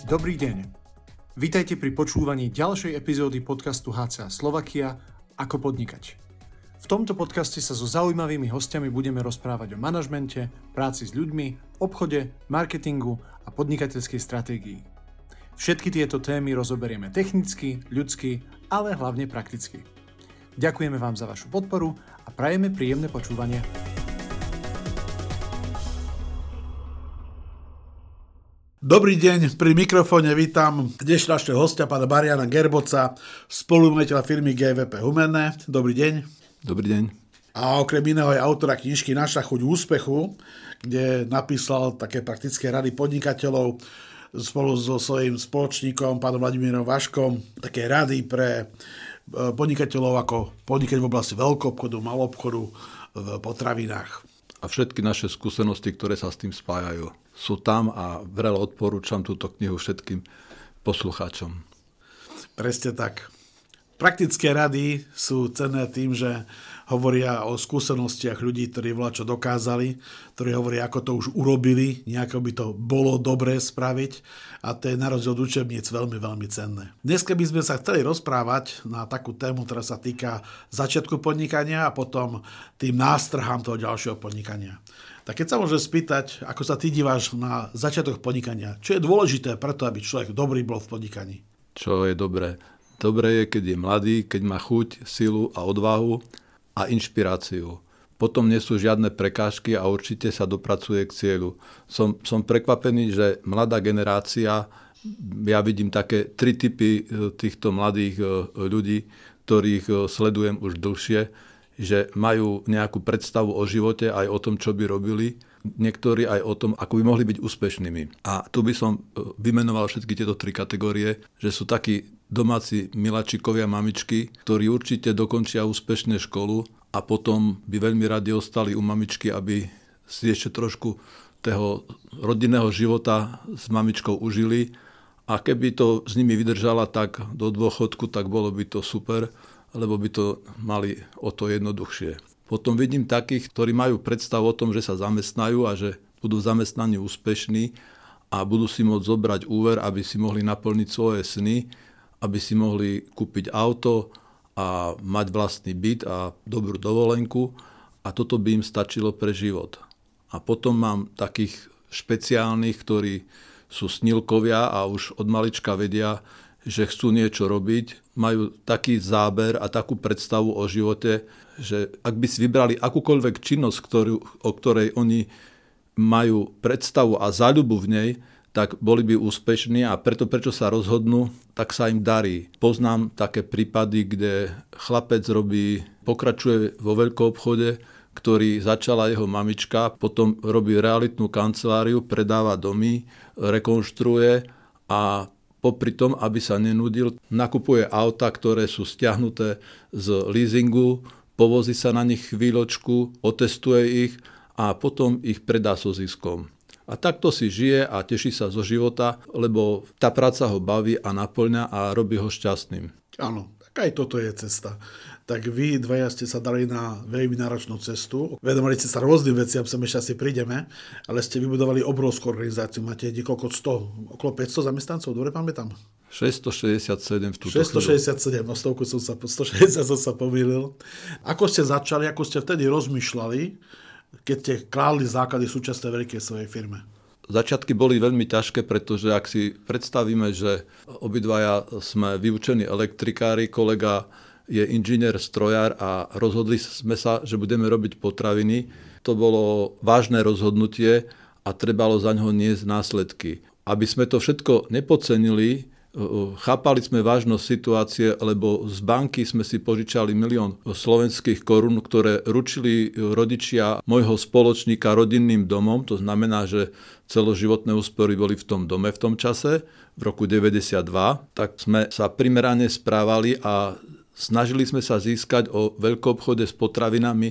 Dobrý deň. Vítajte pri počúvaní ďalšej epizódy podcastu HCA Slovakia Ako podnikať. V tomto podcaste sa so zaujímavými hostiami budeme rozprávať o manažmente, práci s ľuďmi, obchode, marketingu a podnikateľskej stratégii. Všetky tieto témy rozoberieme technicky, ľudsky, ale hlavne prakticky. Ďakujeme vám za vašu podporu a prajeme príjemné počúvanie. Dobrý deň, pri mikrofóne vítam dnešného hostia, pána Mariana Gerboca, spolumajiteľa firmy GVP Humenné. Dobrý deň. Dobrý deň. A okrem iného je autora knižky Naša chuť úspechu, kde napísal také praktické rady podnikateľov spolu so svojím spoločníkom, pánom Vladimírom Vaškom, také rady pre podnikateľov, ako podnikať v oblasti veľkoobchodu, maloobchodu, v potravinách. A všetky naše skúsenosti, ktoré sa s tým spájajú, sú tam a vrelo odporúčam túto knihu všetkým poslucháčom. Presne tak. Praktické rady sú cenné tým, že hovoria o skúsenostiach ľudí, ktorí čo dokázali, ktorí hovoria, ako to už urobili, nejako by to bolo dobré spraviť a to je na rozdiel od učebníc veľmi, veľmi cenné. Dnes by sme sa chceli rozprávať na takú tému, ktorá sa týka začiatku podnikania a potom tým nástrhám toho ďalšieho podnikania. Tak keď sa môžem spýtať, ako sa ty díváš na začiatok podnikania, čo je dôležité preto, aby človek dobrý bol v podnikaní? Čo je dobré? Dobré je, keď je mladý, keď má chuť, silu a odvahu a inšpiráciu. Potom nie sú žiadne prekážky a určite sa dopracuje k cieľu. Som prekvapený, že mladá generácia, ja vidím také 3 typy týchto mladých ľudí, ktorých sledujem už dlhšie, že majú nejakú predstavu o živote, aj o tom, čo by robili. Niektorí aj o tom, ako by mohli byť úspešnými. A tu by som vymenoval všetky tieto 3 kategórie, že sú takí domáci miláčikovia, mamičky, ktorí určite dokončia úspešne školu a potom by veľmi radi ostali u mamičky, aby si ešte trošku toho rodinného života s mamičkou užili. A keby to s nimi vydržala tak do dôchodku, tak bolo by to super, lebo by to mali o to jednoduchšie. Potom vidím takých, ktorí majú predstavu o tom, že sa zamestnajú a že budú v zamestnaní úspešní a budú si môcť zobrať úver, aby si mohli naplniť svoje sny, aby si mohli kúpiť auto a mať vlastný byt a dobrú dovolenku a toto by im stačilo pre život. A potom mám takých špeciálnych, ktorí sú snilkovia a už od malička vedia, že chcú niečo robiť, majú taký záber a takú predstavu o živote, že ak by si vybrali akúkoľvek činnosť, o ktorej oni majú predstavu a záľubu v nej, tak boli by úspešní a prečo sa rozhodnú, tak sa im darí. Poznám také prípady, kde chlapec pokračuje vo veľkoobchode, ktorý začala jeho mamička, potom robí realitnú kanceláriu, predáva domy, rekonštruuje a popri tom, aby sa nenudil, nakupuje auta, ktoré sú stiahnuté z leasingu, povozí sa na nich chvíľočku, otestuje ich a potom ich predá so ziskom. A takto si žije a teší sa zo života, lebo tá práca ho baví a naplňa a robí ho šťastným. Áno, tak aj toto je cesta. Tak vy dvaja ste sa dali na veľmi náročnú cestu. Vedomali ste sa rôznym veciam, sem ešte asi prídeme, ale ste vybudovali obrovskú organizáciu. Máte niekoľko 100, okolo 500 zamestnancov, dobre pamätám? 667 v túto 667, no 160 som sa pomýlil. Ako ste začali, ako ste vtedy rozmýšľali, keď ste kládli základy súčasnej veľkej svojej firme? Začiatky boli veľmi ťažké, pretože ak si predstavíme, že obidvaja sme vyučení elektrikári, kolega je inžinier strojár a rozhodli sme sa, že budeme robiť potraviny. To bolo vážne rozhodnutie a trebalo za ňoho niesť následky. Aby sme to všetko nepodcenili, chápali sme vážnosť situácie, lebo z banky sme si požičali 1 000 000 slovenských korún, ktoré ručili rodičia môjho spoločníka rodinným domom. To znamená, že celoživotné úspory boli v tom dome v tom čase, v roku 92. Tak sme sa primerane správali a snažili sme sa získať o veľkoobchode s potravinami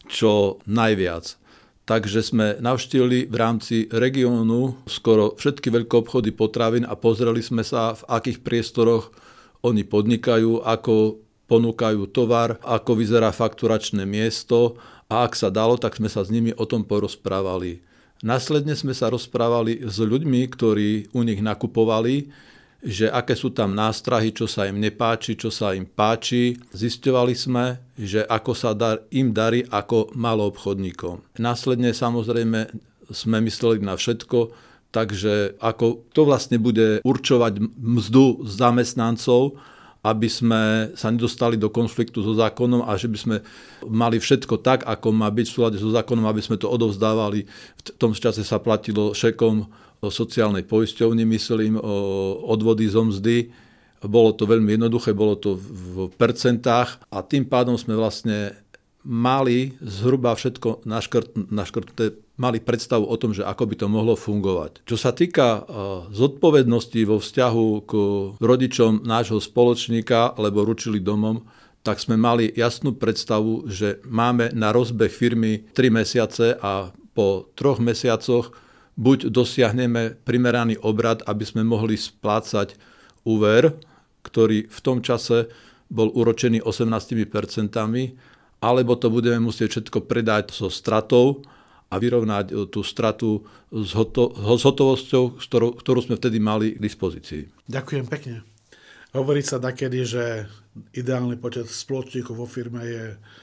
čo najviac. Takže sme navštívili v rámci regiónu skoro všetky veľkoobchody potravín a pozreli sme sa, v akých priestoroch oni podnikajú, ako ponúkajú tovar, ako vyzerá fakturačné miesto a ak sa dalo, tak sme sa s nimi o tom porozprávali. Následne sme sa rozprávali s ľuďmi, ktorí u nich nakupovali, že aké sú tam nástrahy, čo sa im nepáči, čo sa im páči. Zisťovali sme, že ako sa im darí ako maloobchodníkom. Následne samozrejme sme mysleli na všetko, takže ako to vlastne bude určovať mzdu zamestnancov, aby sme sa nedostali do konfliktu so zákonom a že by sme mali všetko tak, ako má byť v súlade so zákonom, aby sme to odovzdávali. V tom čase sa platilo šekom sociálnej poisťovni, myslím, odvody zo mzdy. Bolo to veľmi jednoduché, bolo to v percentách a tým pádom sme vlastne mali zhruba všetko naškrtnuté, mali predstavu o tom, že ako by to mohlo fungovať. Čo sa týka zodpovednosti vo vzťahu k rodičom nášho spoločníka, lebo ručili domom, tak sme mali jasnú predstavu, že máme na rozbeh firmy 3 mesiace a po 3 mesiacoch buď dosiahneme primeraný obrad, aby sme mohli splácať úver, ktorý v tom čase bol úročený 18%, alebo to budeme musieť všetko predať so stratou a vyrovnať tú stratu s hotovosťou, ktorú sme vtedy mali k dispozícii. Ďakujem pekne. Hovorí sa dakedy, že ideálny počet spoločníkov vo firme je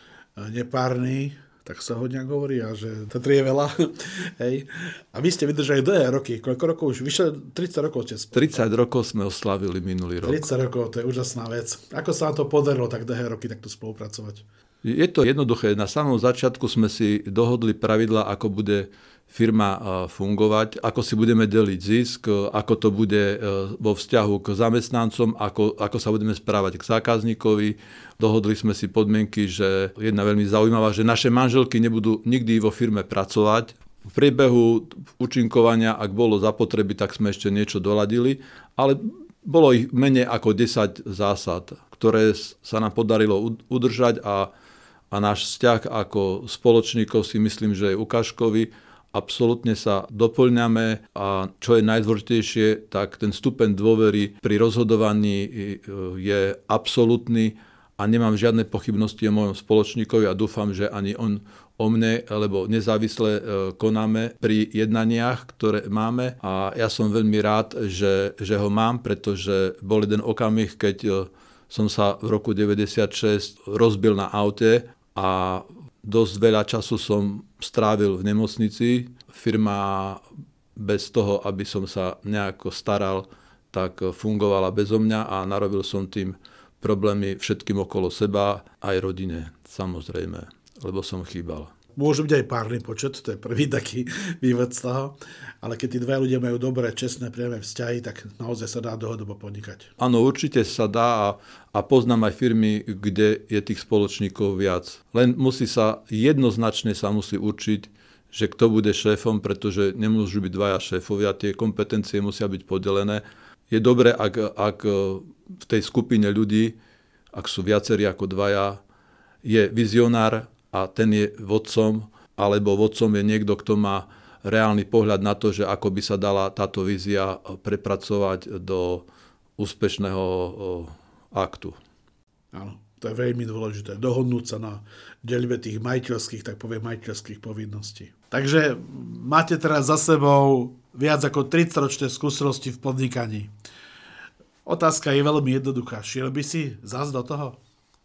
nepárny, tak sa hodne hovorí, a že to 3 je veľa. Hej. A vy ste vydržali dlhé roky. Koľko rokov už? Vyše 30 rokov ste spolu. 30 rokov sme oslavili minulý rok. 30 rokov, to je úžasná vec. Ako sa vám to podarilo tak dlhé roky takto spolupracovať? Je to jednoduché. Na samom začiatku sme si dohodli pravidla, ako bude firma fungovať, ako si budeme deliť zisk, ako to bude vo vzťahu k zamestnancom, ako sa budeme správať k zákazníkovi. Dohodli sme si podmienky, že jedna veľmi zaujímavá, že naše manželky nebudú nikdy vo firme pracovať. V priebehu účinkovania, ak bolo zapotreby, tak sme ešte niečo doladili, ale bolo ich menej ako 10 zásad, ktoré sa nám podarilo udržať a náš vzťah ako spoločníkov si myslím, že je ukážkový. Absolútne sa doplňame a čo je najdôležitejšie, tak ten stupeň dôvery pri rozhodovaní je absolútny a nemám žiadne pochybnosti o mojom spoločníkovi a dúfam, že ani on o mne, lebo nezávisle konáme pri jednaniach, ktoré máme a ja som veľmi rád, že ho mám, pretože bol jeden okamih, keď som sa v roku 96 rozbil na aute a dosť veľa času som strávil v nemocnici. Firma bez toho, aby som sa nejako staral, tak fungovala bezo mňa a narobil som tým problémy všetkým okolo seba, aj rodine, samozrejme, lebo som chýbal. Môže byť aj párny počet, to je prvý taký vývod z toho, ale keď tí dva ľudia majú dobré, čestné, priame vzťahy, tak naozaj sa dá dlhodobo podnikať. Áno, určite sa dá a poznám aj firmy, kde je tých spoločníkov viac. Len jednoznačne sa musí určiť, že kto bude šéfom, pretože nemôžu byť dvaja šéfovia, tie kompetencie musia byť podelené. Je dobré, ak v tej skupine ľudí, ak sú viacerí ako dvaja, je vizionár, a ten je vodcom, alebo vodcom je niekto, kto má reálny pohľad na to, že ako by sa dala táto vízia prepracovať do úspešného aktu. Áno, to je veľmi dôležité. Dohodnúť sa na deľbe tých majiteľských povinností. Takže máte teraz za sebou viac ako 30-ročné skúsenosti v podnikaní. Otázka je veľmi jednoduchá. Šiel by si zás do toho?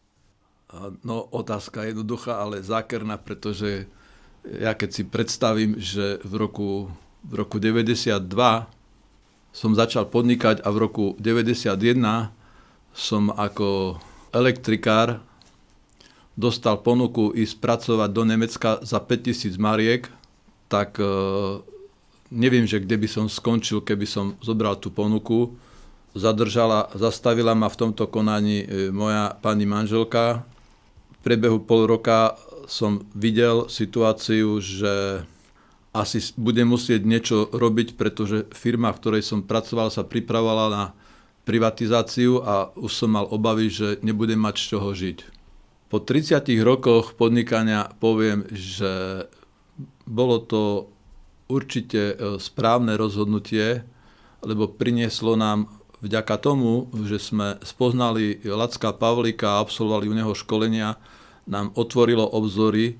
No, otázka je jednoduchá, ale zákerná, pretože ja keď si predstavím, že v roku 92 som začal podnikať a v roku 91 som ako elektrikár dostal ponuku ísť pracovať do Nemecka za 5000 mariek, tak neviem, že kde by som skončil, keby som zobral tú ponuku. Zastavila ma v tomto konaní moja pani manželka. V priebehu pol roka som videl situáciu, že asi budem musieť niečo robiť, pretože firma, v ktorej som pracoval, sa pripravovala na privatizáciu a už som mal obavy, že nebudem mať z čoho žiť. Po 30 rokoch podnikania poviem, že bolo to určite správne rozhodnutie, lebo prinieslo nám vďaka tomu, že sme spoznali Lacka Pavlíka a absolvovali u neho školenia, nám otvorilo obzory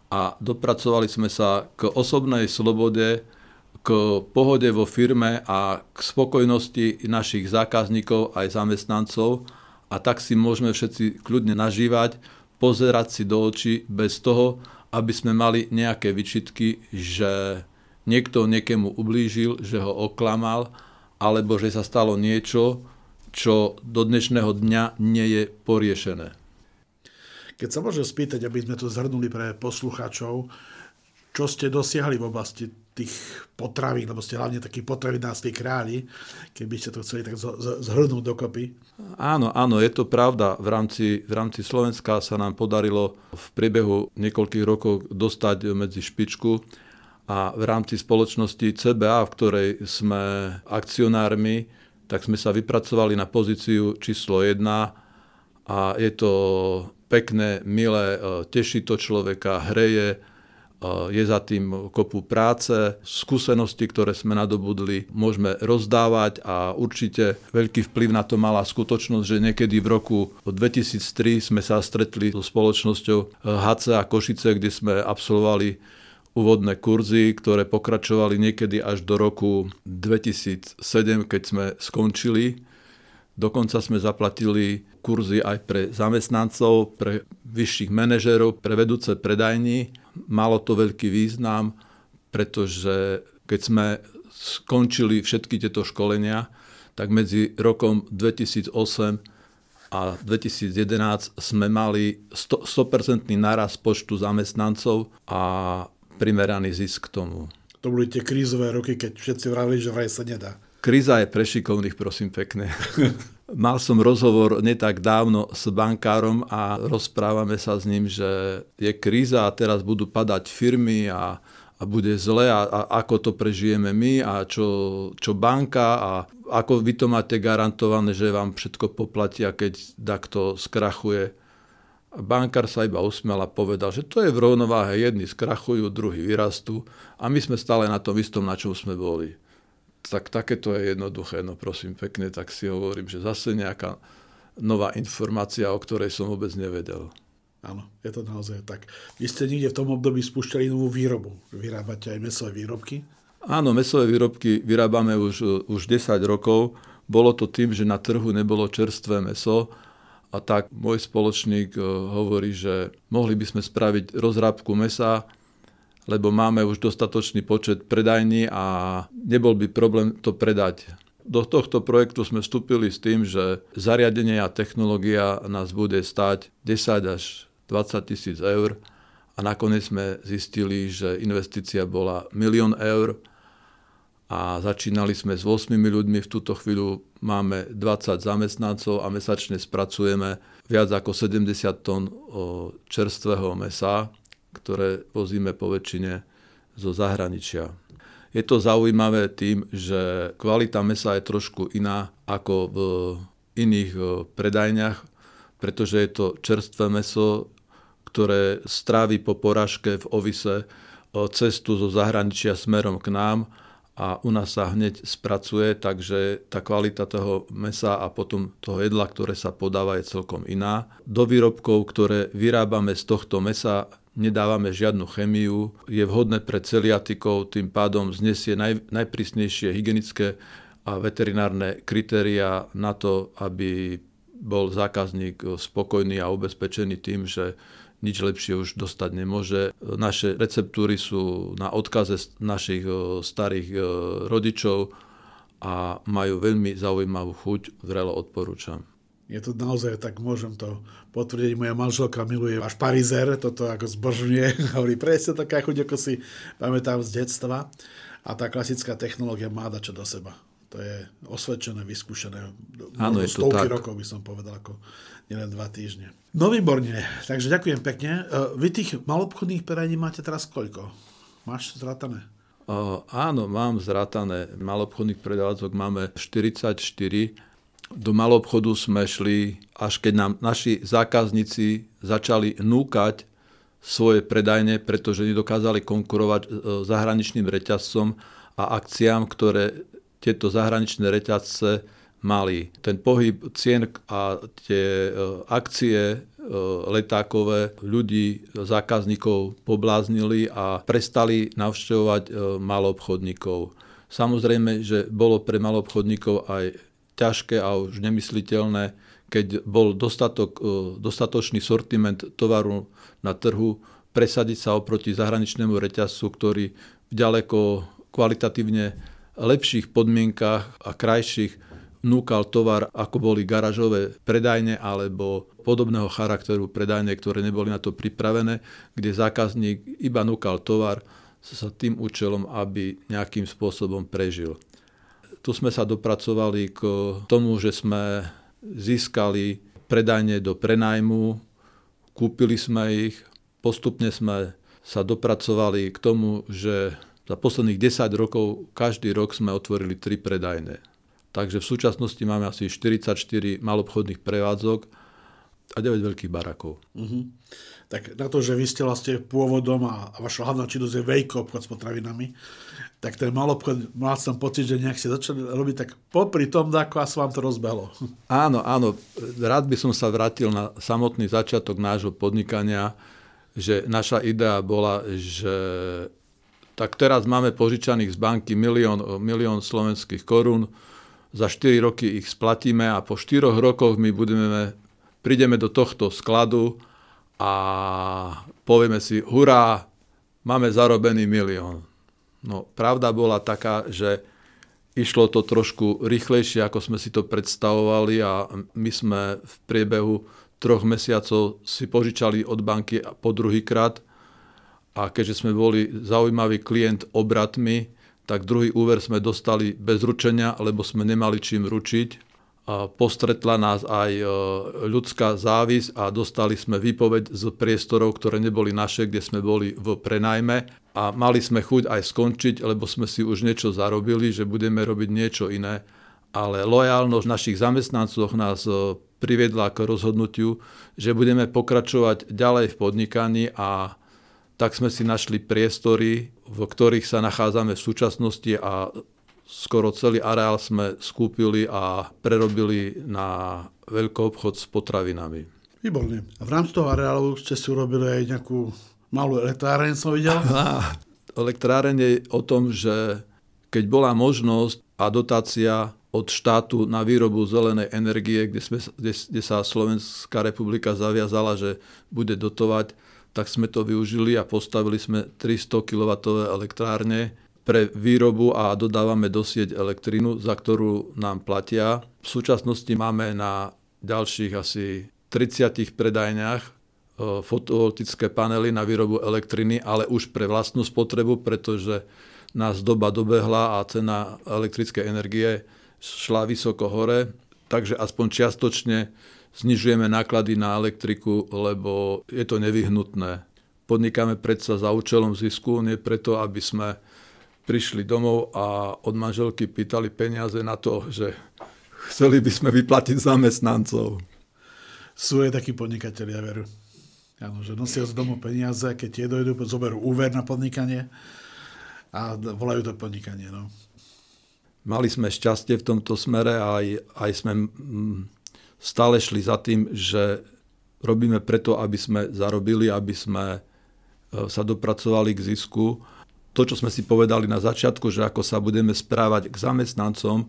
a dopracovali sme sa k osobnej slobode, k pohode vo firme a k spokojnosti našich zákazníkov aj zamestnancov a tak si môžeme všetci kľudne nažívať, pozerať si do očí bez toho, aby sme mali nejaké vyčitky, že niekto niekému ublížil, že ho oklamal, alebo že sa stalo niečo, čo do dnešného dňa nie je poriešené. Keď sa môžem spýtať, aby sme to zhrnuli pre poslucháčov, čo ste dosiahli v oblasti tých potravín, lebo ste hlavne takí potravinárski králi, keby ste to chceli tak zhrnúť dokopy. Áno, je to pravda. V rámci Slovenska sa nám podarilo v priebehu niekoľkých rokov dostať medzi špičku a v rámci spoločnosti CBA, v ktorej sme akcionármi, tak sme sa vypracovali na pozíciu číslo 1 a je to pekné, milé, teší to človeka, hreje, je za tým kopu práce, skúsenosti, ktoré sme nadobudli, môžeme rozdávať a určite veľký vplyv na to mala skutočnosť, že niekedy v roku 2003 sme sa stretli so spoločnosťou HCA Košice, kde sme absolvovali úvodné kurzy, ktoré pokračovali niekedy až do roku 2007, keď sme skončili. Dokonca sme zaplatili kurzy aj pre zamestnancov, pre vyšších manažérov, pre vedúce predajní. Malo to veľký význam, pretože keď sme skončili všetky tieto školenia, tak medzi rokom 2008 a 2011 sme mali 100% nárast počtu zamestnancov a primeraný zisk k tomu. To boli tie krízové roky, keď všetci vravili, že vraj sa nedá. Kríza je pre šikovných, prosím pekne. Mal som rozhovor nie tak dávno s bankárom a rozprávame sa s ním, že je kríza a teraz budú padať firmy a bude zle a ako to prežijeme my a čo banka a ako vy to máte garantované, že vám všetko poplatia, keď takto skrachuje. Bankár sa iba usmial a povedal, že to je v rovnováhe, jedni skrachujú, druhí vyrastú a my sme stále na tom istom, na čom sme boli. Tak takéto je jednoduché, no prosím pekne, tak si hovorím, že zase nejaká nová informácia, o ktorej som vôbec nevedel. Áno, je to naozaj tak. Vy ste niekde v tom období spúšťali novú výrobu. Vyrábate aj mäsové výrobky? Áno, mäsové výrobky vyrábame už 10 rokov. Bolo to tým, že na trhu nebolo čerstvé mäso a tak môj spoločník hovorí, že mohli by sme spraviť rozrábku mäsa, lebo máme už dostatočný počet predajní a nebol by problém to predať. Do tohto projektu sme vstúpili s tým, že zariadenie a technológia nás bude stáť 10 až 20 tisíc eur a nakoniec sme zistili, že investícia bola 1 000 000 eur a začínali sme s 8 ľuďmi. V túto chvíľu máme 20 zamestnancov a mesačne spracujeme viac ako 70 tón čerstvého mäsa, ktoré vozíme po väčšine zo zahraničia. Je to zaujímavé tým, že kvalita mäsa je trošku iná ako v iných predajniach, pretože je to čerstvé mäso, ktoré strávi po porážke v ovise cestu zo zahraničia smerom k nám a u nás sa hneď spracuje, takže tá kvalita toho mäsa a potom toho jedla, ktoré sa podáva, je celkom iná. Do výrobkov, ktoré vyrábame z tohto mäsa, nedávame žiadnu chemiu, je vhodné pre celiatikov, tým pádom znesie najprísnejšie hygienické a veterinárne kritériá na to, aby bol zákazník spokojný a ubezpečený tým, že nič lepšie už dostať nemôže. Naše receptúry sú na odkaze našich starých rodičov a majú veľmi zaujímavú chuť, vrelo odporúčam. Je to naozaj, tak môžem to potvrdiť. Moja manželka miluje váš parizer, toto ako zbožňuje. Hovorí, presne taká chuť, ako si pamätám z detstva. A tá klasická technológia má dačo do seba. To je osvedčené, vyskúšené. Áno, je to tak. Stovky rokov by som povedal, ako nielen 2 týždne. No výborne, takže ďakujem pekne. Vy tých malobchodných predajní máte teraz koľko? Máš zrátané? Áno, mám zrátané. Malobchodných predávačok máme 44. Do maloobchodu sme šli, až keď nám naši zákazníci začali núkať svoje predajne, pretože nedokázali konkurovať zahraničným reťazcom a akciám, ktoré tieto zahraničné reťazce malý. Ten pohyb cien a tie akcie letákové ľudí, zákazníkov pobláznili a prestali navštevovať maloobchodníkov. Samozrejme, že bolo pre maloobchodníkov aj ťažké a už nemysliteľné, keď bol dostatočný sortiment tovaru na trhu, presadiť sa oproti zahraničnému reťazcu, ktorý v ďaleko kvalitatívne lepších podmienkach a krajších núkal tovar, ako boli garážové predajne alebo podobného charakteru predajne, ktoré neboli na to pripravené, kde zákazník iba núkal tovar sa tým účelom, aby nejakým spôsobom prežil. Tu sme sa dopracovali k tomu, že sme získali predajne do prenajmu, kúpili sme ich, postupne sme sa dopracovali k tomu, že za posledných 10 rokov každý rok sme otvorili 3 predajne. Takže v súčasnosti máme asi 44 maloobchodných prevádzok a 9 veľkých barakov. Tak na to, že vy ste vlastne pôvodom a vaša hlavná činnosť je veľkoobchod s potravinami, tak ten maloobchod, mal som pocit, že nejak ste začali robiť tak popri tom, ako sa vám to rozbehlo. Áno. Rád by som sa vrátil na samotný začiatok nášho podnikania, že naša idea bola, že tak teraz máme požičaných z banky milión slovenských korún, za 4 roky ich splatíme a po 4 rokoch my prídeme do tohto skladu a povieme si, hurá, máme zarobený 1 milión. No, pravda bola taká, že išlo to trošku rýchlejšie, ako sme si to predstavovali a my sme v priebehu 3 mesiacov si požičali od banky po druhýkrát a keďže sme boli zaujímavý klient obratmi, tak druhý úver sme dostali bez ručenia, lebo sme nemali čím ručiť. A postretla nás aj ľudská závisť a dostali sme výpoveď z priestorov, ktoré neboli naše, kde sme boli v prenajme. A mali sme chuť aj skončiť, lebo sme si už niečo zarobili, že budeme robiť niečo iné. Ale lojálnosť našich zamestnancov nás priviedla k rozhodnutiu, že budeme pokračovať ďalej v podnikaní a tak sme si našli priestory, v ktorých sa nachádzame v súčasnosti a skoro celý areál sme skúpili a prerobili na veľkoobchod s potravinami. Výborne. A v rámci toho areálu ste si urobili aj nejakú malú elektráreň, som videl? Elektráreň je o tom, že keď bola možnosť a dotácia od štátu na výrobu zelenej energie, kde sa Slovenská republika zaviazala, že bude dotovať, tak sme to využili a postavili sme 300 kW elektrárne pre výrobu a dodávame do sieť elektrínu, za ktorú nám platia. V súčasnosti máme na ďalších asi 30 predajniach fotovoltické panely na výrobu elektriny, ale už pre vlastnú spotrebu, pretože nás doba dobehla a cena elektrickej energie šla vysoko hore, takže aspoň čiastočne znižujeme náklady na elektriku, lebo je to nevyhnutné. Podnikáme predsa za účelom zisku, nie preto, aby sme prišli domov a od manželky pýtali peniaze na to, že chceli by sme vyplatiť zamestnancov. Sú aj takí podnikatelia, veru. Áno, že nosia z domu peniaze, keď tie dojdú, zoberú úver na podnikanie a volajú to podnikanie. No. Mali sme šťastie v tomto smere a aj sme stále šli za tým, že robíme preto, aby sme zarobili, aby sme sa dopracovali k zisku. To, čo sme si povedali na začiatku, že ako sa budeme správať k zamestnancom,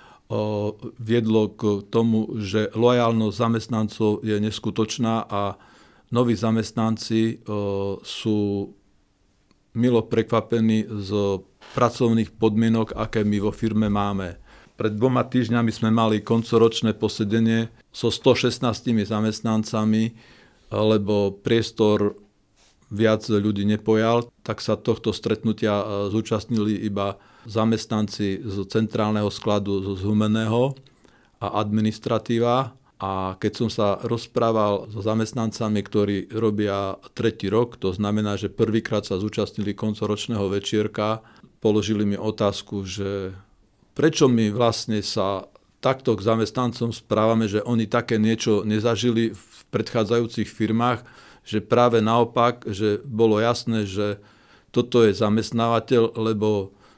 viedlo k tomu, že lojálnosť zamestnancov je neskutočná a noví zamestnanci sú milo prekvapení z pracovných podmienok, aké my vo firme máme. Pred 2 týždňami sme mali koncoročné posedenie so 116 zamestnancami, lebo priestor viac ľudí nepojal, tak sa tohto stretnutia zúčastnili iba zamestnanci z centrálneho skladu, z Humenného a administratíva. A keď som sa rozprával so zamestnancami, ktorí robia 3. rok, to znamená, že prvýkrát sa zúčastnili koncoročného večierka, položili mi otázku, že prečo my vlastne sa takto k zamestnancom správame, že oni také niečo nezažili v predchádzajúcich firmách, že práve naopak, že bolo jasné, že toto je zamestnávateľ, lebo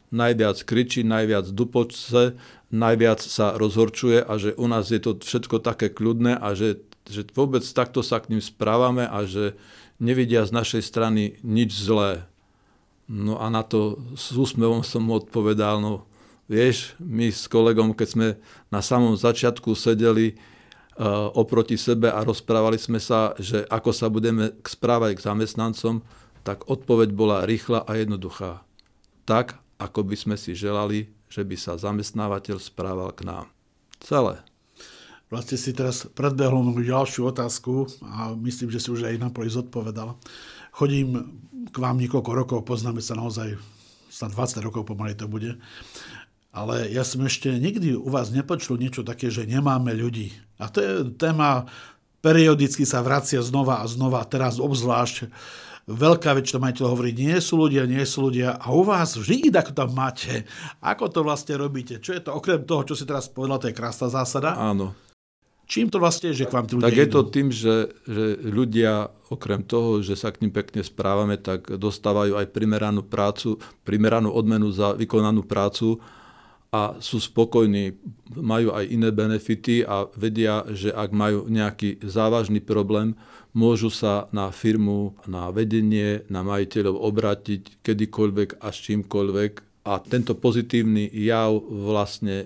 najviac kričí, najviac dupočce, najviac sa rozhorčuje a že u nás je to všetko také kľudné a že vôbec takto sa k ním správame a že nevidia z našej strany nič zlé. No a na to s úsmevom som mu odpovedal, no vieš, my s kolegom, keď sme na samom začiatku sedeli oproti sebe a rozprávali sme sa, že ako sa budeme správať k zamestnancom, tak odpoveď bola rýchla a jednoduchá. Tak, ako by sme si želali, že by sa zamestnávateľ správal k nám. Celé. Vlastne si teraz predbehol moju ďalšiu otázku a myslím, že si už aj na poli zodpovedal. Chodím k vám niekoľko rokov, poznáme sa naozaj, snad 20 rokov pomaly to bude, ale ja som ešte nikdy u vás nepočul niečo také, že nemáme ľudí. A to je téma, periodicky sa vracia znova a znova, teraz obzvlášť veľká väčšina majiteľov hovorí, nie sú ľudia a u vás vždy, ako tam máte. Ako to vlastne robíte? Čo je to, okrem toho, čo si teraz povedal, to je krásna zásada? Áno. Čím to vlastne je, že k vám tí ľudia Tak je idú? to tým, že ľudia, okrem toho, že sa k ním pekne správame, tak dostávajú aj primeranú odmenu za vykonanú prácu a sú spokojní, majú aj iné benefity a vedia, že ak majú nejaký závažný problém, môžu sa na firmu, na vedenie, na majiteľov obrátiť kedykoľvek a s čímkoľvek. A tento pozitívny jav vlastne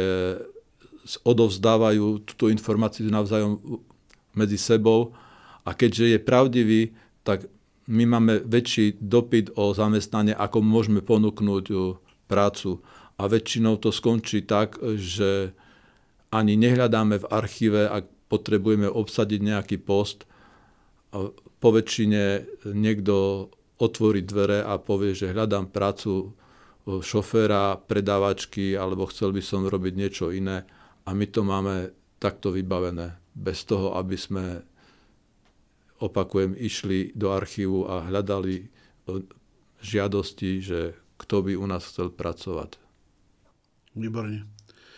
odovzdávajú túto informáciu navzájom medzi sebou a keďže je pravdivý, tak my máme väčší dopyt o zamestnanie, ako môžeme ponúknuť prácu. A väčšinou to skončí tak, že ani nehľadáme v archíve, ak potrebujeme obsadiť nejaký post. Po väčšine niekto otvorí dvere a povie, že hľadám prácu šoféra, predávačky, alebo chcel by som robiť niečo iné. A my to máme takto vybavené. Bez toho, aby sme, opakujem, išli do archívu a hľadali žiadosti, že kto by u nás chcel pracovať. Výborne.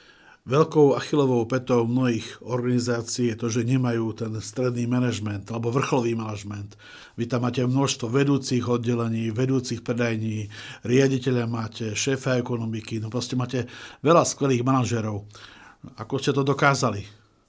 Veľkou achillovou pätou mnohých organizácií je to, že nemajú ten stredný manažment alebo vrcholový manažment. Vy tam máte množstvo vedúcich oddelení, vedúcich predajní, riaditeľa máte, šéfa ekonomiky, no proste máte veľa skvelých manažerov. Ako ste to dokázali?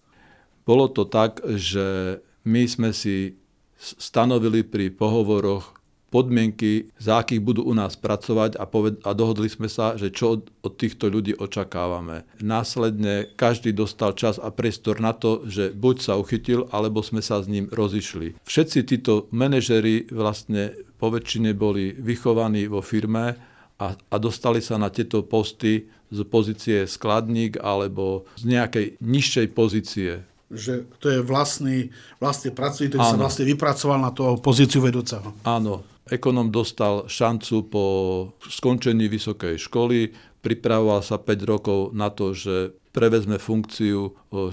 Bolo to tak, že my sme si stanovili pri pohovoroch podmienky, za akých budú u nás pracovať a dohodli sme sa, že čo od týchto ľudí očakávame. Následne každý dostal čas a priestor na to, že buď sa uchytil, alebo sme sa s ním rozišli. Všetci títo manažeri vlastne po väčšine boli vychovaní vo firme a dostali sa na tieto posty z pozície skladník alebo z nejakej nižšej pozície. Že to je vlastný pracovník, ktorý sa vlastne vypracoval na tú pozíciu vedúceho. Áno. Ekonom dostal šancu po skončení vysokej školy, pripravoval sa 5 rokov na to, že prevezme funkciu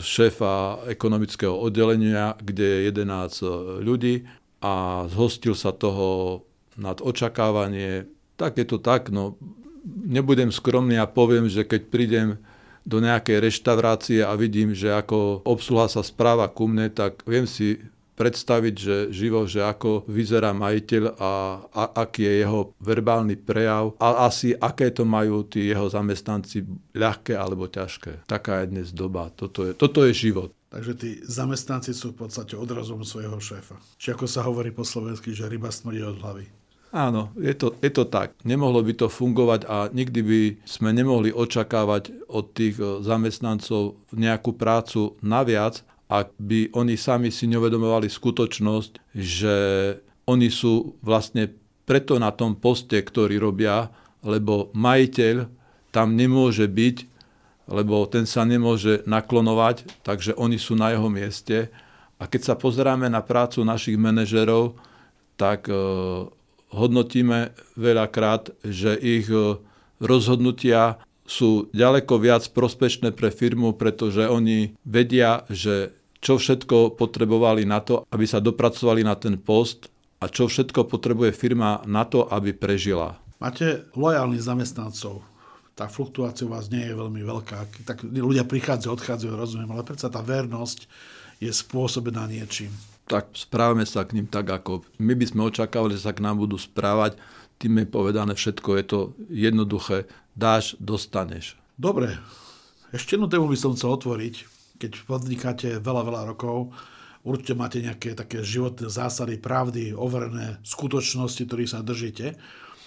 šéfa ekonomického oddelenia, kde je 11 ľudí a zhostil sa toho nad očakávanie. Tak je to tak, no nebudem skromný a poviem, že keď prídem do nejakej reštaurácie a vidím, že ako obsluha sa správa ku mne, tak viem si predstaviť, že ako vyzerá majiteľ a aký je jeho verbálny prejav a asi aké to majú tí jeho zamestnanci ľahké alebo ťažké. Taká je dnes doba. Toto je život. Takže tí zamestnanci sú v podstate odrazom svojho šéfa. Či ako sa hovorí po slovensky, že ryba smrdí od hlavy. Áno, je to tak. Nemohlo by to fungovať a nikdy by sme nemohli očakávať od tých zamestnancov nejakú prácu naviac, ak by oni sami si neuvedomovali skutočnosť, že oni sú vlastne preto na tom poste, ktorý robia, lebo majiteľ tam nemôže byť, lebo ten sa nemôže naklonovať, takže oni sú na jeho mieste. A keď sa pozeráme na prácu našich manažerov, tak hodnotíme veľakrát, že ich rozhodnutia sú ďaleko viac prospešné pre firmu, pretože oni vedia, že čo všetko potrebovali na to, aby sa dopracovali na ten post a čo všetko potrebuje firma na to, aby prežila. Máte lojálnych zamestnancov. Tá fluktuácia u vás nie je veľmi veľká. Tak ľudia prichádzajú, odchádzajú, rozumiem, ale predsa tá vernosť je spôsobená niečím. Tak správame sa k ním tak, ako my by sme očakávali, že sa k nám budú správať. Tým je povedané všetko, je to jednoduché. Dáš, dostaneš. Dobre, ešte jednu tému by som chcel otvoriť. Keď podnikáte veľa rokov, určite máte nejaké také životné zásady, pravdy, overené skutočnosti, ktorých sa držíte.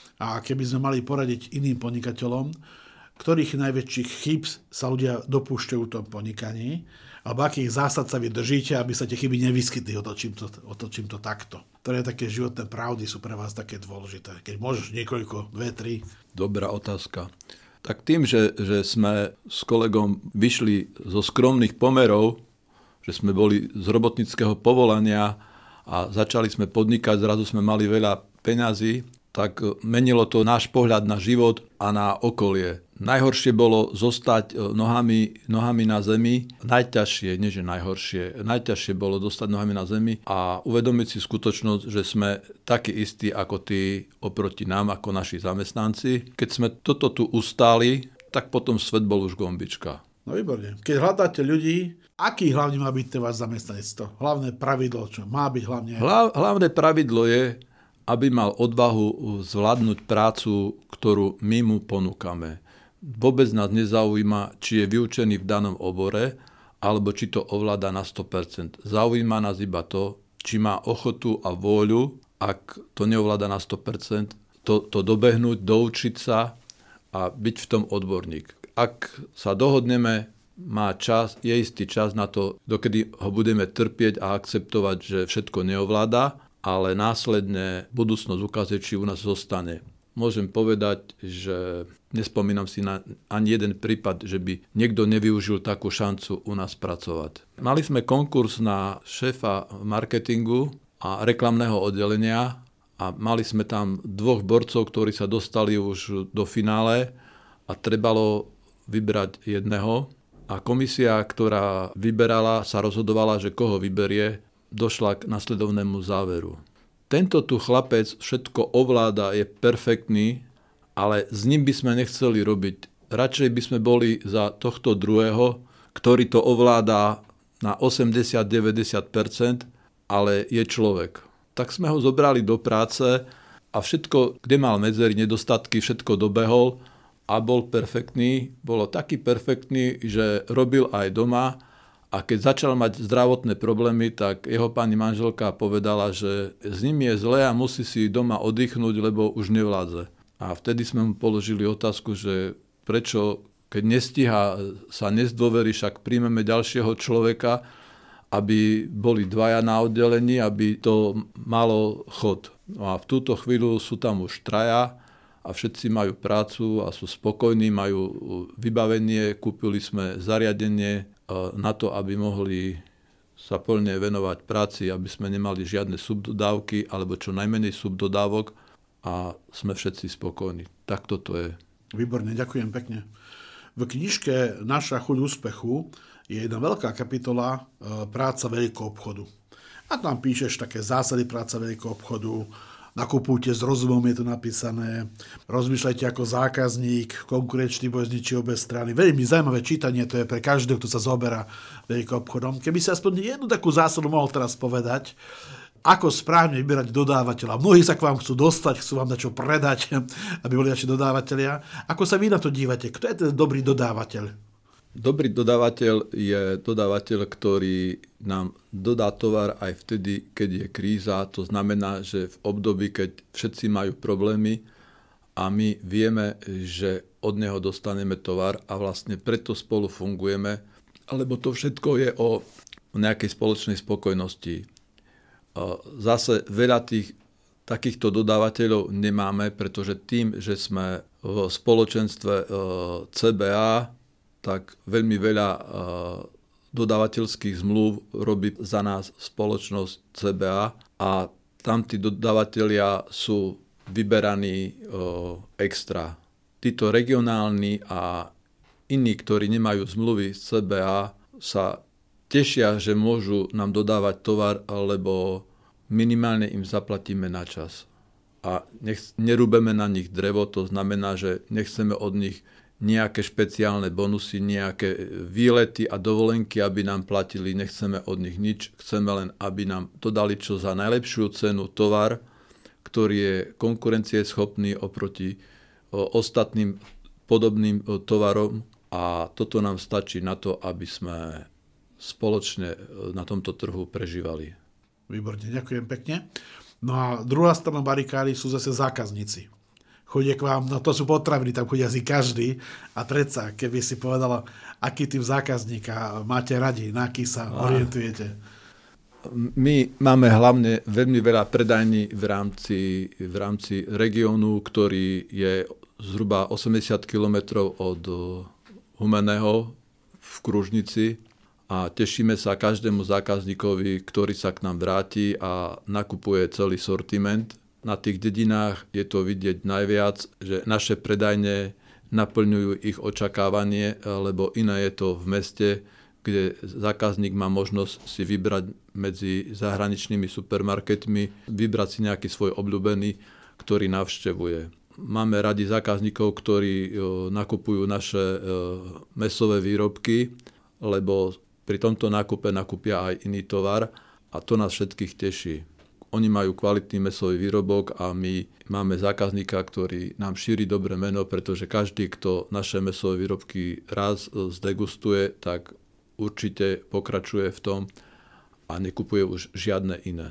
A keby sme mali poradiť iným podnikateľom, ktorých najväčších chýb sa ľudia dopúšťajú v tom podnikaní, alebo akých zásad sa vy držíte, aby sa tie chyby nevyskytli, otočím to takto. Ktoré také životné pravdy sú pre vás také dôležité? Keď môžeš niekoľko, 2, 3. Dobrá otázka. Tak tým, že sme s kolegom vyšli zo skromných pomerov, že sme boli z robotníckeho povolania a začali sme podnikať, zrazu sme mali veľa peňazí, tak menilo to náš pohľad na život a na okolie. Najhoršie bolo zostať nohami na zemi. Najťažšie, nie že najhoršie, najťažšie bolo dostať nohami na zemi a uvedomiť si skutočnosť, že sme takí istí ako tí oproti nám, ako naši zamestnanci. Keď sme toto tu ustáli, tak potom svet bol už gombička. No výborne. Keď hľadáte ľudí, aký hlavne má byť ten váš zamestnanectvo? Hlavné pravidlo, čo má byť hlavne? Hlavné pravidlo je, aby mal odvahu zvládnuť prácu, ktorú my mu ponúkame. Vôbec nás nezaujíma, či je vyučený v danom obore, alebo či to ovláda na 100%. Zaujíma nás iba to, či má ochotu a vôľu, ak to neovláda na 100%, to dobehnúť, doučiť sa a byť v tom odborník. Ak sa dohodneme, má čas, je istý čas na to, dokedy ho budeme trpieť a akceptovať, že všetko neovláda, ale následne budúcnosť ukáže, či u nás zostane. Môžem povedať, že nespomínam si na ani jeden prípad, že by niekto nevyužil takú šancu u nás pracovať. Mali sme konkurs na šéfa marketingu a reklamného oddelenia a mali sme tam 2 borcov, ktorí sa dostali už do finále a trebalo vybrať jedného. A komisia, ktorá vyberala, sa rozhodovala, že koho vyberie, došla k nasledovnému záveru. Tento tu chlapec všetko ovláda, je perfektný, ale s ním by sme nechceli robiť. Radšej by sme boli za tohto druhého, ktorý to ovláda na 80-90%, ale je človek. Tak sme ho zobrali do práce a všetko, kde mal medzery, nedostatky, všetko dobehol a bol perfektný. Bolo taký perfektný, že robil aj doma. A keď začal mať zdravotné problémy, tak jeho pani manželka povedala, že s ním je zle a musí si doma oddychnúť, lebo už nevládze. A vtedy sme mu položili otázku, že prečo, keď nestíha, sa nezdôverí, však príjmeme ďalšieho človeka, aby boli 2 na oddelení, aby to malo chod. No a v túto chvíľu sú tam už 3 a všetci majú prácu a sú spokojní, majú vybavenie, kúpili sme zariadenie na to, aby mohli sa plne venovať práci, aby sme nemali žiadne subdodávky alebo čo najmenej subdodávok a sme všetci spokojní. Tak toto je. Výborne, ďakujem pekne. V knižke Naša chuť úspechu je jedna veľká kapitola práca veľkého obchodu. A tam píšeš také zásady práca veľkého obchodu, nakupujte s rozumom, je to napísané, rozmýšľajte ako zákazník, konkurenčný boj zničí obe strany. Veľmi zaujímavé čítanie, to je pre každého, kto sa zaoberá veľkým obchodom. Keby si aspoň jednu takú zásadu mohol teraz povedať, ako správne vyberať dodávateľa. Mnohí sa k vám chcú dostať, chcú vám dať čo predať, aby boli naši dodávateľia. Ako sa vy na to dívate? Kto je ten dobrý dodávateľ? Dobrý dodávateľ je dodávateľ, ktorý nám dodá tovar aj vtedy, keď je kríza. To znamená, že v období, keď všetci majú problémy a my vieme, že od neho dostaneme tovar a vlastne preto spolu fungujeme, lebo to všetko je o nejakej spoločnej spokojnosti. Zase veľa tých takýchto dodávateľov nemáme, pretože tým, že sme v spoločenstve CBA, tak veľmi veľa dodávateľských zmluv robí za nás spoločnosť CBA a tam tí dodávateľia sú vyberaní extra. Títo regionálni a iní, ktorí nemajú zmluvy z CBA, sa tešia, že môžu nám dodávať tovar, lebo minimálne im zaplatíme na čas. A nerúbeme na nich drevo, to znamená, že nechceme od nich nejaké špeciálne bonusy, nejaké výlety a dovolenky, aby nám platili. Nechceme od nich nič, chceme len, aby nám dodali čo za najlepšiu cenu tovar, ktorý je konkurencieschopný oproti ostatným podobným tovarom a toto nám stačí na to, aby sme spoločne na tomto trhu prežívali. Výborne, ďakujem pekne. No a druhá strana barikády sú zase zákazníci. Chodia k vám, no to sú potraviny, tam chodia asi každý. A predsa, keby si povedala, aký typ zákazníka máte radi, na aký sa orientujete? My máme hlavne veľmi veľa predajní v rámci regiónu, ktorý je zhruba 80 km od Humenného v Kružnici a tešíme sa každému zákazníkovi, ktorý sa k nám vráti a nakupuje celý sortiment. Na tých dedinách je to vidieť najviac, že naše predajne naplňujú ich očakávanie, lebo iné je to v meste, kde zákazník má možnosť si vybrať medzi zahraničnými supermarketmi, vybrať si nejaký svoj obľúbený, ktorý navštevuje. Máme radi zákazníkov, ktorí nakupujú naše mäsové výrobky, lebo pri tomto nákupe nakúpia aj iný tovar a to nás všetkých teší. Oni majú kvalitný mäsový výrobok a my máme zákazníka, ktorý nám šíri dobré meno, pretože každý, kto naše mäsové výrobky raz zdegustuje, tak určite pokračuje v tom a nekupuje už žiadne iné.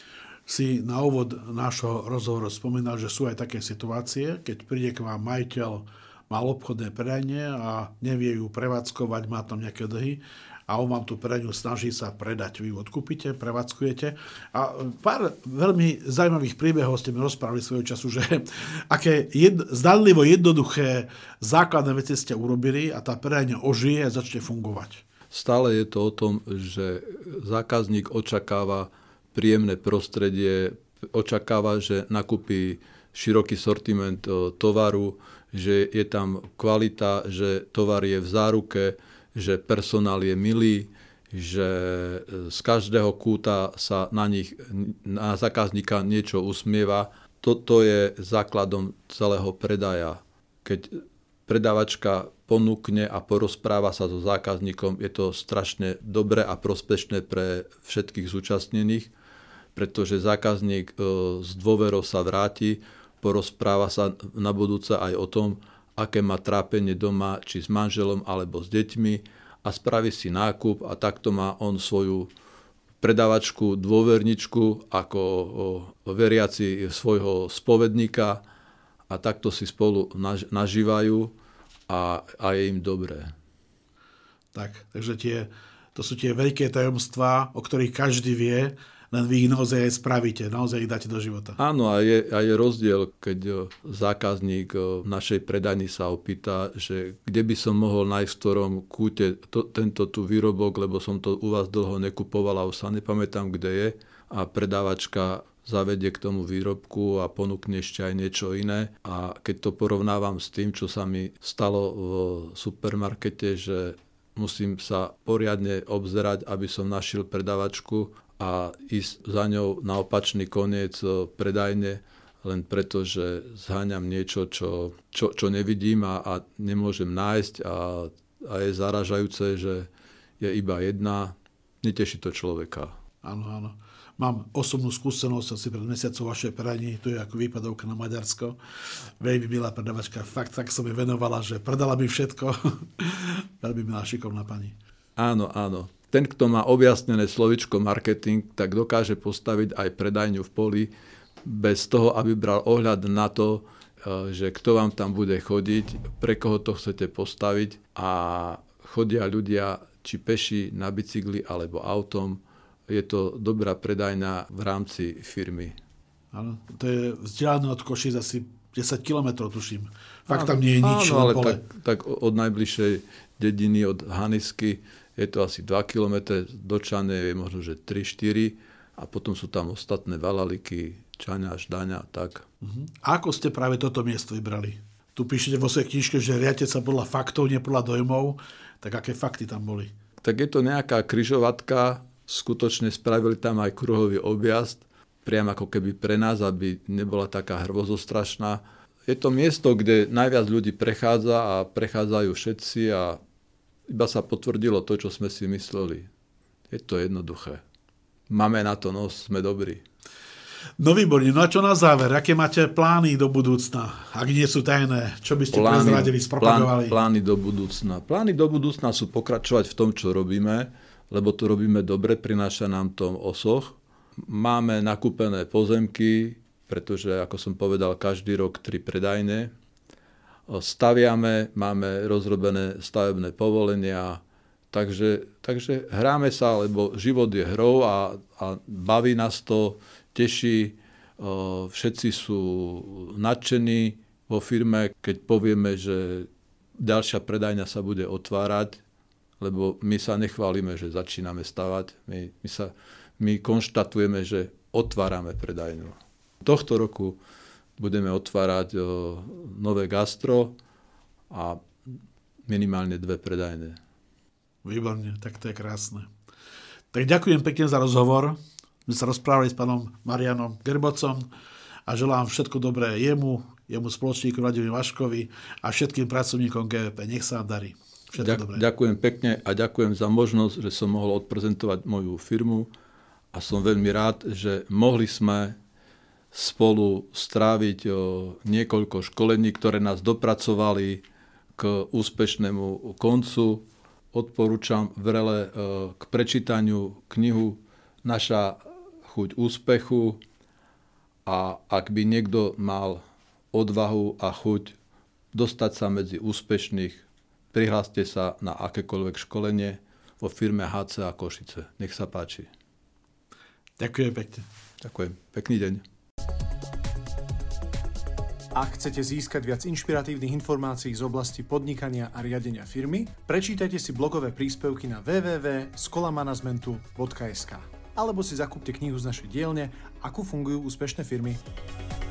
Si na úvod nášho rozhovoru spomínal, že sú aj také situácie, keď príde k vám majiteľ maloobchodné predajne a nevie ju prevádzkovať, má tam nejaké dlhy a on vám tú predajňu snaží sa predať. Vy ju odkúpite, prevádzkujete. A pár veľmi zaujímavých príbehov ste mi rozprávali svojho času, že aké zdanlivo jednoduché základné veci ste urobili a tá predajňa ožije a začne fungovať. Stále je to o tom, že zákazník očakáva príjemné prostredie, očakáva, že nakúpi široký sortiment tovaru, že je tam kvalita, že tovar je v záruke, že personál je milý, že z každého kúta sa na zákazníka niečo usmieva. Toto je základom celého predaja. Keď predávačka ponúkne a porozpráva sa so zákazníkom, je to strašne dobré a prospešné pre všetkých zúčastnených, pretože zákazník s dôverou sa vráti, porozpráva sa na budúce aj o tom, aké má trápenie doma, či s manželom alebo s deťmi a spraví si nákup a takto má on svoju predávačku, dôverničku ako veriaci svojho spovedníka a takto si spolu nažívajú a je im dobré. Takže to sú tie veľké tajomstvá, o ktorých každý vie, len vy ich naozaj aj spravíte, naozaj ich dáte do života. Áno, a je rozdiel, keď zákazník v našej predajni sa opýta, že kde by som mohol nájsť v ktorom kúte tento tu výrobok, lebo som to u vás dlho nekupoval a už sa nepamätám, kde je. A predávačka zavedie k tomu výrobku a ponúkne ešte aj niečo iné. A keď to porovnávam s tým, čo sa mi stalo v supermarkete, že musím sa poriadne obzerať, aby som našiel predávačku a ísť za ňou na opačný koniec predajne, len preto, že zháňam niečo, čo nevidím a nemôžem nájsť a je zaražajúce, že je iba jedna. Neteší to človeka. Áno, áno. Mám osobnú skúsenosť asi pred mesiacom vašej predajni, to je ako výpadovka na Maďarsko. Veľmi milá predavačka, fakt tak som jej venovala, že predala mi všetko. Veľmi milá, šikovná pani. Áno, áno. Ten, kto má objasnené slovičko marketing, tak dokáže postaviť aj predajňu v poli bez toho, aby bral ohľad na to, že kto vám tam bude chodiť, pre koho to chcete postaviť a chodia ľudia či peši, na bicykli alebo autom. Je to dobrá predajňa v rámci firmy. Áno, to je vzdialené od Košíc asi 10 km, tuším. Fakt tam nie je nič. Áno, ale tak od najbližšej dediny, od Hanisky, je to asi 2 km, do Čane je možno, že 3-4 a potom sú tam ostatné Valaliky, Čaňa, Ždaňa, tak. A ako ste práve toto miesto vybrali? Tu píšete vo svojej knižke, že riadite sa podľa faktov, nie podľa dojmov. Tak aké fakty tam boli? Tak je to nejaká križovatka, skutočne spravili tam aj kruhový objazd, priam ako keby pre nás, aby nebola taká hrvozostrašná. Je to miesto, kde najviac ľudí prechádza a prechádzajú všetci a iba sa potvrdilo to, čo sme si mysleli. Je to jednoduché. Máme na to nos, sme dobrí. No výborne, no a čo na záver? Aké máte plány do budúcna? Ak nie sú tajné, čo by ste prezradili, spropagovali? Plány do budúcna. Plány do budúcna sú pokračovať v tom, čo robíme, lebo to robíme dobre, prináša nám to osoch. Máme nakúpené pozemky, pretože, ako som povedal, každý rok 3 predajne. Staviame, máme rozrobené stavebné povolenia, takže hráme sa, lebo život je hrou a baví nás to, teší. Všetci sú nadšení vo firme, keď povieme, že ďalšia predajňa sa bude otvárať, lebo my sa nechválime, že začíname stavať. My konštatujeme, že otvárame predajňu. Tohto roku budeme otvárať nové gastro a minimálne 2 predajne. Výborne, tak to je krásne. Tak ďakujem pekne za rozhovor. My sa rozprávali s pánom Marianom Gerbocom a želám všetko dobré jemu spoločníku Vladimu Vaškovi a všetkým pracovníkom GVP. Nech sa vám darí. Ďakujem pekne a ďakujem za možnosť, že som mohol odprezentovať moju firmu a som veľmi rád, že mohli sme spolu stráviť niekoľko školení, ktoré nás dopracovali k úspešnému koncu. Odporúčam vrele k prečítaniu knihu Naša chuť úspechu a ak by niekto mal odvahu a chuť dostať sa medzi úspešných, prihláste sa na akékoľvek školenie vo firme HCA Košice. Nech sa páči. Ďakujem pekne. Ďakujem. Pekný deň. Ak chcete získať viac inšpiratívnych informácií z oblasti podnikania a riadenia firmy, prečítajte si blogové príspevky na www.skolamanagementu.sk alebo si zakúpte knihu z našej dielne Ako fungujú úspešné firmy.